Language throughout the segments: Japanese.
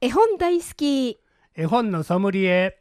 絵本大好き。 絵本のソムリエ。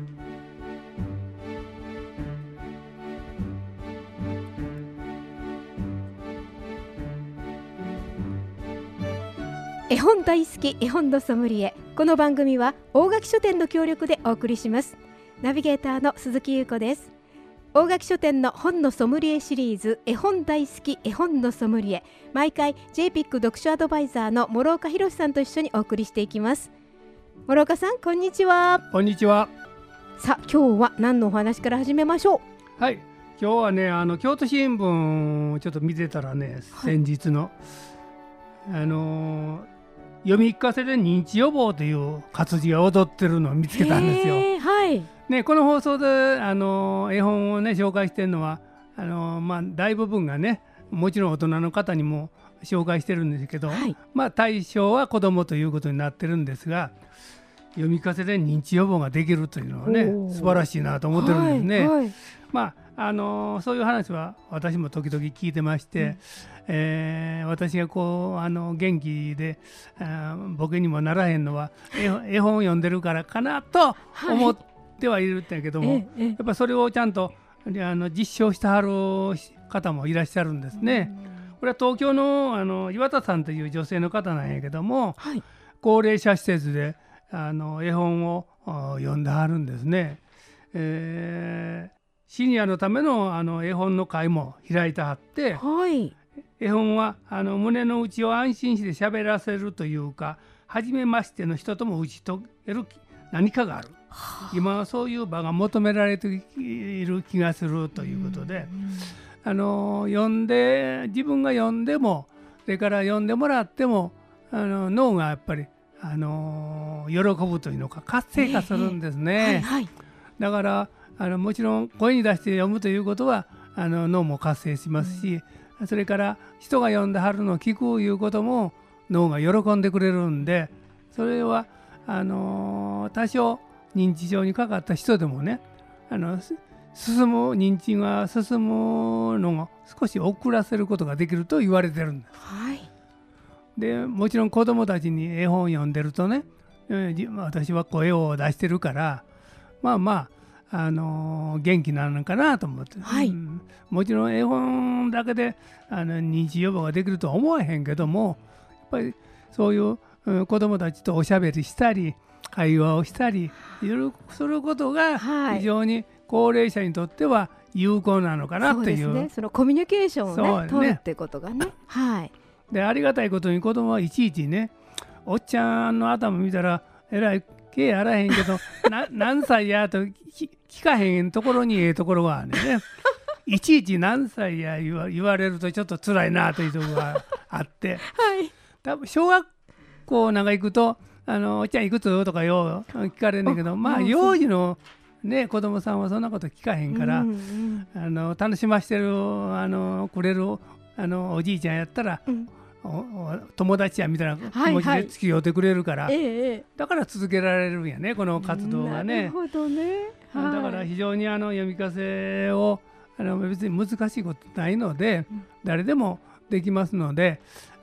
絵本大好き絵本のソムリエ。この番組は大垣書店の協力でお送りします。ナビゲーターの鈴木優子です。大垣書店の本のソムリエシリーズ、絵本大好き絵本のソムリエ、毎回 JPIC 読書アドバイザーの諸岡博さんと一緒にお送りしていきます。諸岡さん、こんにちは。 こんにちは。 さあ、今日は何のお話から始めましょう。 はい、今日はね、京都新聞をちょっと見てたらね、先日の、読み聞かせで認知予防という活字が踊ってるのを見つけたんですよ。 はいね、この放送で絵本をね紹介してるのは大部分がね、もちろん大人の方にも紹介してるんですけど、はい、対象は子どもということになってるんですが、読み聞かせで認知予防ができるというのはね、素晴らしいなと思ってるんですね。はいはい、そういう話は私も時々聞いてまして、私が元気で僕にもならへんのは絵本を読んでるからかなと思ってはいるんだけども、やっぱそれをちゃんと実証してはる方もいらっしゃるんですね。これは東京の岩田さんという女性の方なんやけども、はい、高齢者施設で絵本を読んではるんですね。シニアのための絵本の会も開いてはって、はい、絵本は胸の内を安心して喋らせるというか、初めましての人とも打ち解ける何かがある。今はそういう場が求められている気がするということで、自分が読んでも、それから読んでもらっても脳がやっぱり喜ぶというのか活性化するんですね。はいはい、だからもちろん声に出して読むということは脳も活性しますし、それから人が読んではるのを聞くいうことも脳が喜んでくれるんで、それは多少認知症にかかった人でもね、認知が進むのを少し遅らせることができると言われてるんです。はい、でもちろん子どもたちに絵本を読んでるとね、私は声を出してるから元気なのかなと思って、はい、もちろん絵本だけで認知予防ができるとは思わへんけども、やっぱりそういう子どもたちとおしゃべりしたり会話をしたりすることが非常に高齢者にとっては有効なのかなっていう、 そうですね、そのコミュニケーションをね取るってことがね、はい、でありがたいことに子どもはいちいちね、おっちゃんの頭見たらえらい毛あらへんけど何歳やと聞かへんところにところがあるねいちいち何歳や言われるとちょっと辛いなというところがあって、はい、多分小学校なんか行くとおっちゃんいくつとかよう聞かれるんだけど、幼児のね子供さんはそんなこと聞かへんから、楽しましてるくれるおじいちゃんやったら、友達やみたいな気持ちで付き合ってくれるから、だから続けられるんやね、この活動がね。 なるほどね。 だから非常に読み聞かせを別に難しいことないので、誰でもできますので、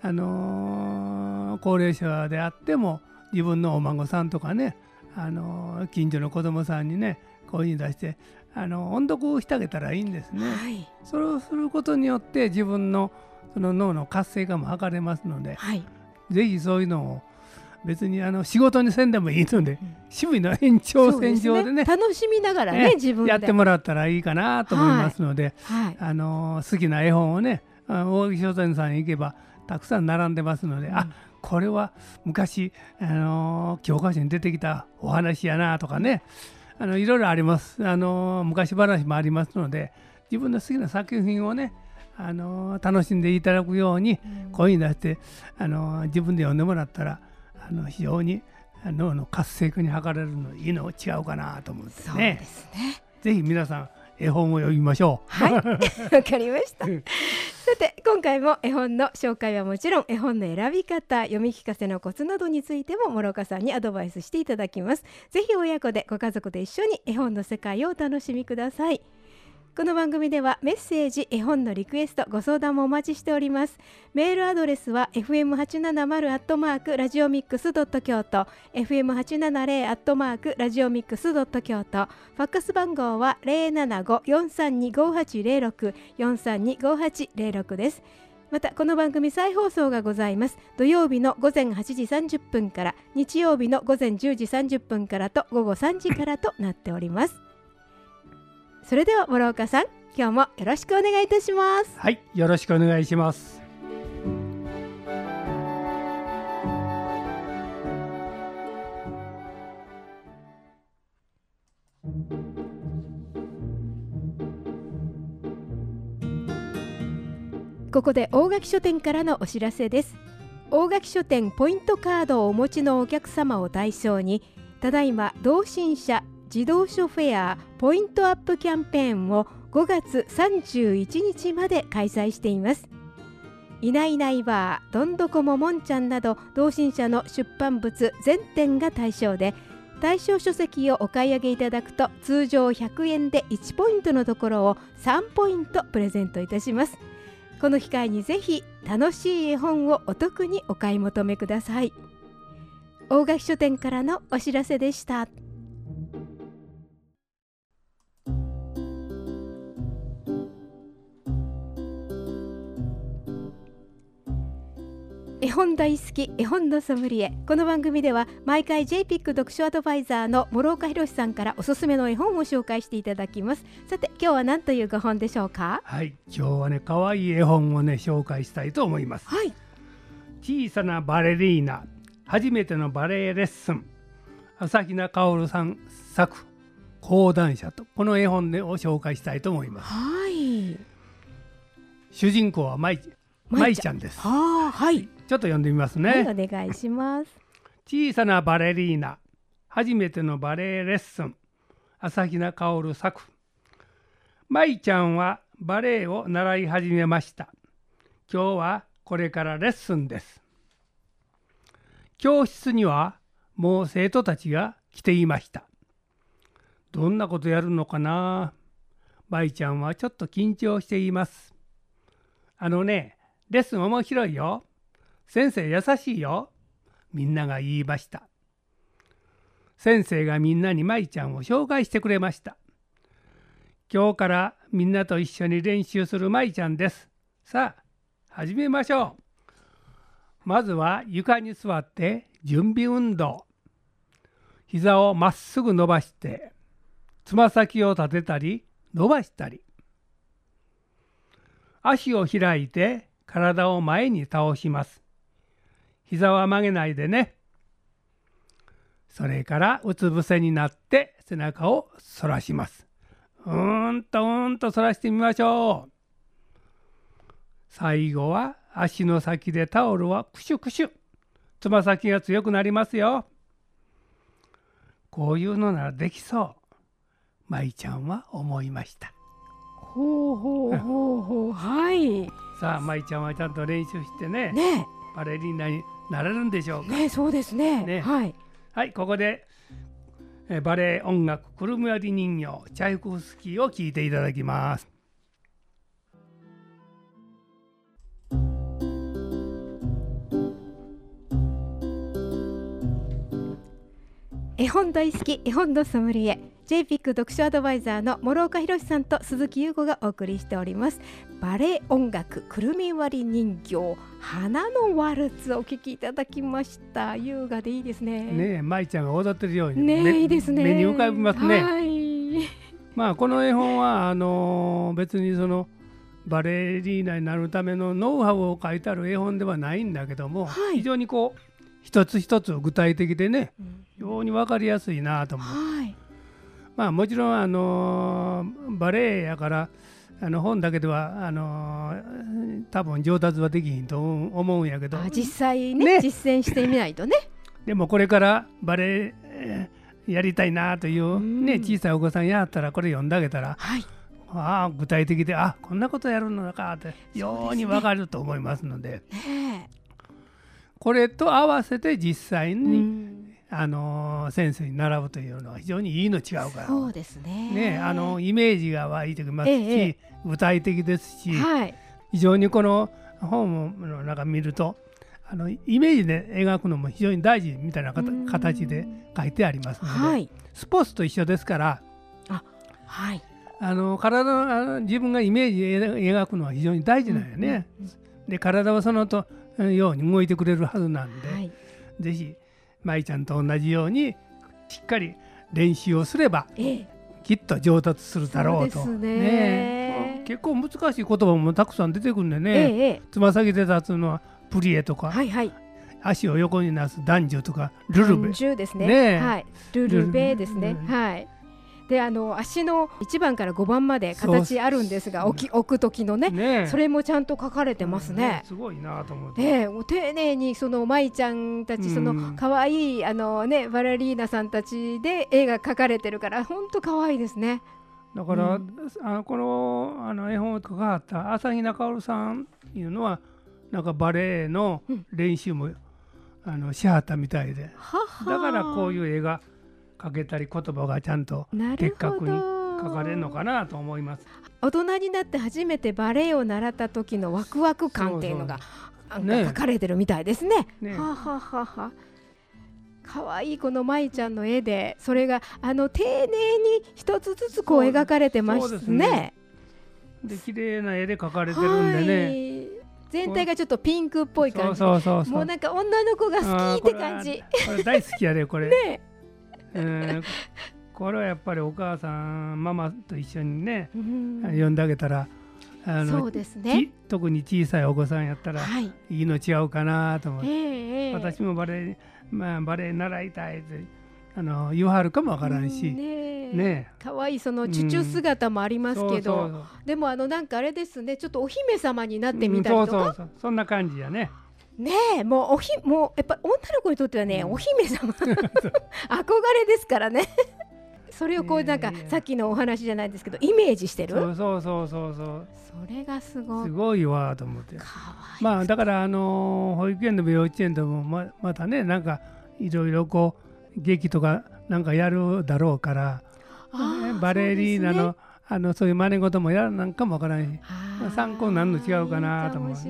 高齢者であっても自分のお孫さんとかね、近所の子供さんにね声に出して音読してあげたらいいんですね。はい、それをすることによって自分のその脳の活性化も図れますので、はい、ぜひそういうのを別に仕事にせんでもいいので、趣味の延長線上でね、 楽しみながらね、自分でやってもらったらいいかなと思いますので、はいはい、好きな絵本をね大垣書店さんに行けばたくさん並んでますので、これは昔教科書に出てきたお話やなとかね、いろいろあります。昔話もありますので、自分の好きな作品をね楽しんでいただくように声に出して自分で読んでもらったら非常に脳の活性化に図れるのいいの違うかなと思ってね。 そうですね。 ぜひ皆さん絵本を読みましょう。 はい、わかりましたさて今回も絵本の紹介はもちろん、絵本の選び方、読み聞かせのコツなどについても諸岡さんにアドバイスしていただきます。ぜひ親子でご家族で一緒に絵本の世界をお楽しみください。 この番組ではメッセージ、絵本のリクエスト、ご相談もお待ちしております。メールアドレスは fm870 ラジオミックス京都 fm870 ラジオミックス京都。ファックス番号は 075-432-5806 432-5806 です。またこの番組再放送がございます。土曜日の午前8時30分から、日曜日の午前10時30分からと午後3時からとなっております。それでは諸岡さん、今日もよろしくお願いいたします。 はい、よろしくお願いします。 ここで大垣書店からのお知らせです。大垣書店ポイントカードをお持ちのお客様を対象に、ただいま同心社自動書フェアポイントアップキャンペーンを5月31日まで開催しています。いないいないバー、どんどこももんちゃんなど同心社の出版物全店が対象で、対象書籍をお買い上げいただくと通常100円で1ポイントのところを3ポイントプレゼントいたします。この機会にぜひ楽しい絵本をお得にお買い求めください。大垣書店からのお知らせでした。絵本大好き、絵本のソムリエ。この番組では毎回 JPIC 読書アドバイザーの諸岡博さんからおすすめの絵本を紹介していただきます。さて今日は何というご本でしょうか？ はい、今日はね、可愛い絵本をね紹介したいと思います。 はい。 小さなバレリーナ、初めてのバレエレッスン、朝比奈薫さん作、講談社と、この絵本を紹介したいと思います。 はい。 主人公は舞ちゃんです。 はい。 ちょっと読んでみますね。 はい、お願いします。 小さなバレリーナ、初めてのバレエレッスン、朝比奈薫作。舞ちゃんはバレエを習い始めました。今日はこれからレッスンです。教室にはもう生徒たちが来ていました。どんなことやるのかな。舞ちゃんはちょっと緊張しています。レッスン面白いよ。先生優しいよ。みんなが言いました。先生がみんなに舞ちゃんを紹介してくれました。今日からみんなと一緒に練習する舞ちゃんです。さあ、始めましょう。まずは床に座って準備運動。膝をまっすぐ伸ばして、つま先を立てたり伸ばしたり。足を開いて体を前に倒します。膝は曲げないでね。それからうつ伏せになって背中を反らします。うんと反らしてみましょう。最後は足の先でタオルはクシュクシュ。つま先が強くなりますよ。こういうのならできそう。舞ちゃんは思いました。 ほうほうほうほう。はい。 さあ舞ちゃんはちゃんと練習してね。バレリーナになれるんでしょうか。 そうですね。はい。 はい、ここでバレエ音楽くるみ割り人形チャイコフスキーを聴いていただきます。 絵本大好き、絵本のソムリエ、 JPIC 読書アドバイザーの諸岡博さんと鈴木優子がお送りしております。バレエ音楽くるみ割り人形花のワルツお聴きいただきました。優雅でいいですね。 ねえ、舞ちゃんが踊ってるようにいいですね。 目に浮かびますね。 はい。 まあこの絵本は別にそのバレリーナになるためのノウハウを書いてある絵本ではないんだけども、非常にこう一つ一つ具体的でね、非常に分かりやすいなと思う。まあもちろんバレエやから本だけでは多分上達はできひんと思うんやけど、 実際ね実践してみないとね。 でもこれからバレエやりたいなというね、小さいお子さんやったらこれ読んであげたら、具体的でこんなことやるのかって非常に分かると思いますので、これと合わせて実際に先生に習うというのは非常にいいの違うから。 そうですね。 イメージが湧いてきますし、具体的ですし、 はい、 非常にこの本の中見るとイメージで描くのも非常に大事みたいな形で書いてありますので、はい、スポーツと一緒ですから、 はい、 体の自分がイメージで描くのは非常に大事なんよね。で体はそのように動いてくれるはずなんで、はい、ぜひ舞ちゃんと同じようにしっかり練習をすれば、きっと上達するだろうと。 そうですね。 結構難しい言葉もたくさん出てくるんでね、つま先で立つのはプリエとか、はいはい、足を横になすダンジュとかルルベ、 ダンジュですね、はい、ルルベですね、はい。で足の1番から5番まで形あるんですが、置く時の ねそれもちゃんと書かれてますね。 すごいなと思って、 丁寧にその舞ちゃんたち、その可愛いバレリーナさんたちで絵が描かれてるから本当可愛いですね。 だから、この絵本を関わった朝日中織さんっていうのはなんかバレエの練習も、しはったみたいで、だからこういう絵が描けたり言葉がちゃんと的確に書かれるのかなと思います。 大人になって初めてバレエを習った時のワクワク感っていうのが書かれてるみたいですね。はははは。かわいいこの舞ちゃんの絵で、それが丁寧に一つずつこう描かれてますね。 で綺麗な絵で描かれてるんでね、 全体がちょっとピンクっぽい感じ、もうなんか女の子が好きって感じ。 これ大好きやでこれ。 ねこれはやっぱりお母さんママと一緒にね、読んであげたらそうですね、 特に小さいお子さんやったら、いいの違うかなと思って、私もバレエ習いたいって言わはるかもわからんし、 かわいいそのチュチュ姿もありますけど、でもなんかあれですね、ちょっっとお姫様になってみたりとか、 そんな感じやね。 もうやっぱ女の子にとってはね、お姫様憧れですからね。それをこうなんかさっきのお話じゃないですけどイメージしてる。 そうそれがすごいわと思って。まあだから保育園でも幼稚園でもまたね、なんかいろいろこう劇とかなんかやるだろうから、バレリーナのそういう真似事もやるなんかもわからないし、参考になるの違うかなと思う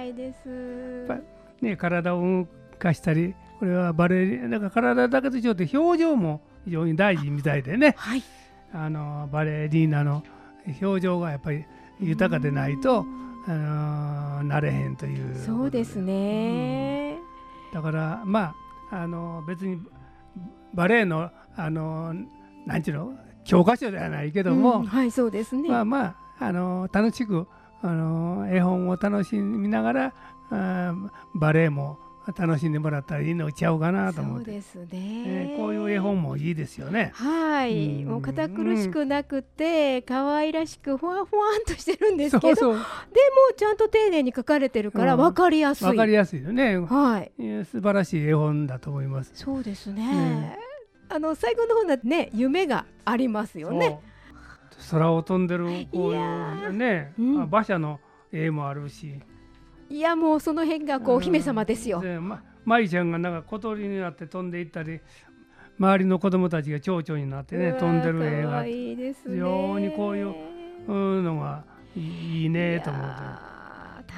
ね。体を動かしたり、これはバレリーナが体だけと違って表情も非常に大事みたいでね、バレリーナの表情がやっぱり豊かでないとなれへんという。 そうですね、 だから別にバレエのなんていうの教科書ではないけども、 そうですね、 楽しく絵本を楽しみながらバレエも楽しんでもらったらいいのちゃうかなと思って。 そうですね、 こういう絵本もいいですよね。 もう堅苦しくなくて可愛らしくふわふわんとしてるんですけど、でもちゃんと丁寧に描かれてるから分かりやすい。 分かりやすいよね。素晴らしい絵本だと思います。 そうですね。最後の方はね、夢がありますよね。 空を飛んでるこういうね、馬車の絵もあるし。 いやもうその辺がこうお姫様ですよ。 舞ちゃんがなんか小鳥になって飛んでいったり、周りの子供たちが蝶々になってね飛んでる絵が非常にこういうのがいいねと思って。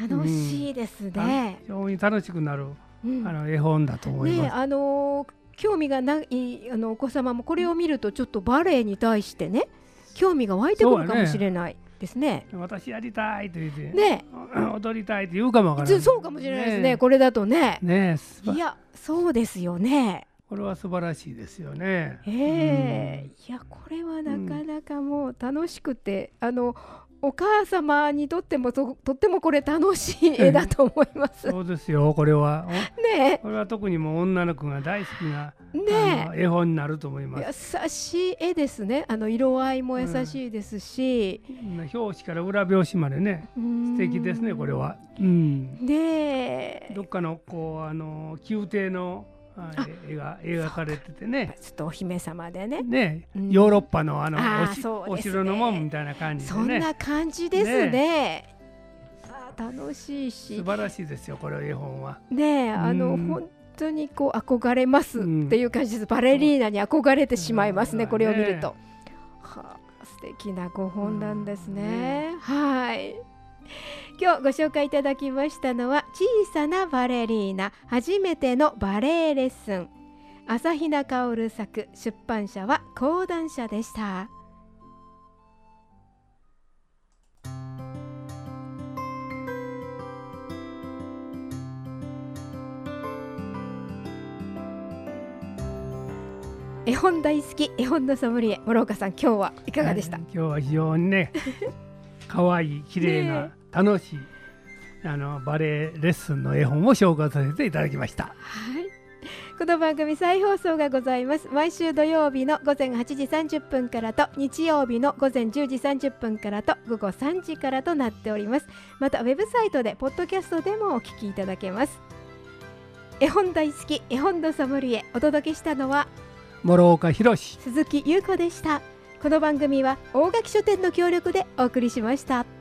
楽しいですね。 非常に楽しくなる絵本だと思います。 興味がないお子様もこれを見るとちょっとバレエに対してね興味が湧いてくるかもしれないですね。 私やりたいと言って踊りたいって言うかもわからない。 そうかもしれないですね。これだとね。いやそうですよね。 これは素晴らしいですよね。 いやこれはなかなかもう楽しくて、お母様にとってもとってもこれ楽しい絵だと思います。 そうですよ。これはこれは特にもう女の子が大好きな絵本になると思います。 優しい絵ですね。色合いも優しいですし、 表紙から裏表紙までね素敵ですねこれは。どっかのこう宮廷の絵が描かれててね、 ちょっとお姫様でね、 ヨーロッパのお城の門みたいな感じでね、 そんな感じですね。楽しいし素晴らしいですよこれ絵本は。 本当にこう憧れますっていう感じです、バレリーナに憧れてしまいますね、これを見ると、はあ、素敵なご本なんですね、はい。今日ご紹介いただきましたのは小さなバレリーナ初めてのバレエレッスン、朝比奈薫作、出版社は講談社でした。絵本大好き絵本のソムリエ諸岡さん、今日はいかがでした？ 今日は非常にね可愛い綺麗な楽しいバレエレッスンの絵本を紹介させていただきました。 はい、この番組再放送がございます。毎週土曜日の午前8時30分からと日曜日の午前10時30分からと午後3時からとなっております。またウェブサイトでポッドキャストでもお聞きいただけます。絵本大好き絵本のソムリエ、お届けしたのは諸岡博、 鈴木優子でした。この番組は大垣書店の協力でお送りしました。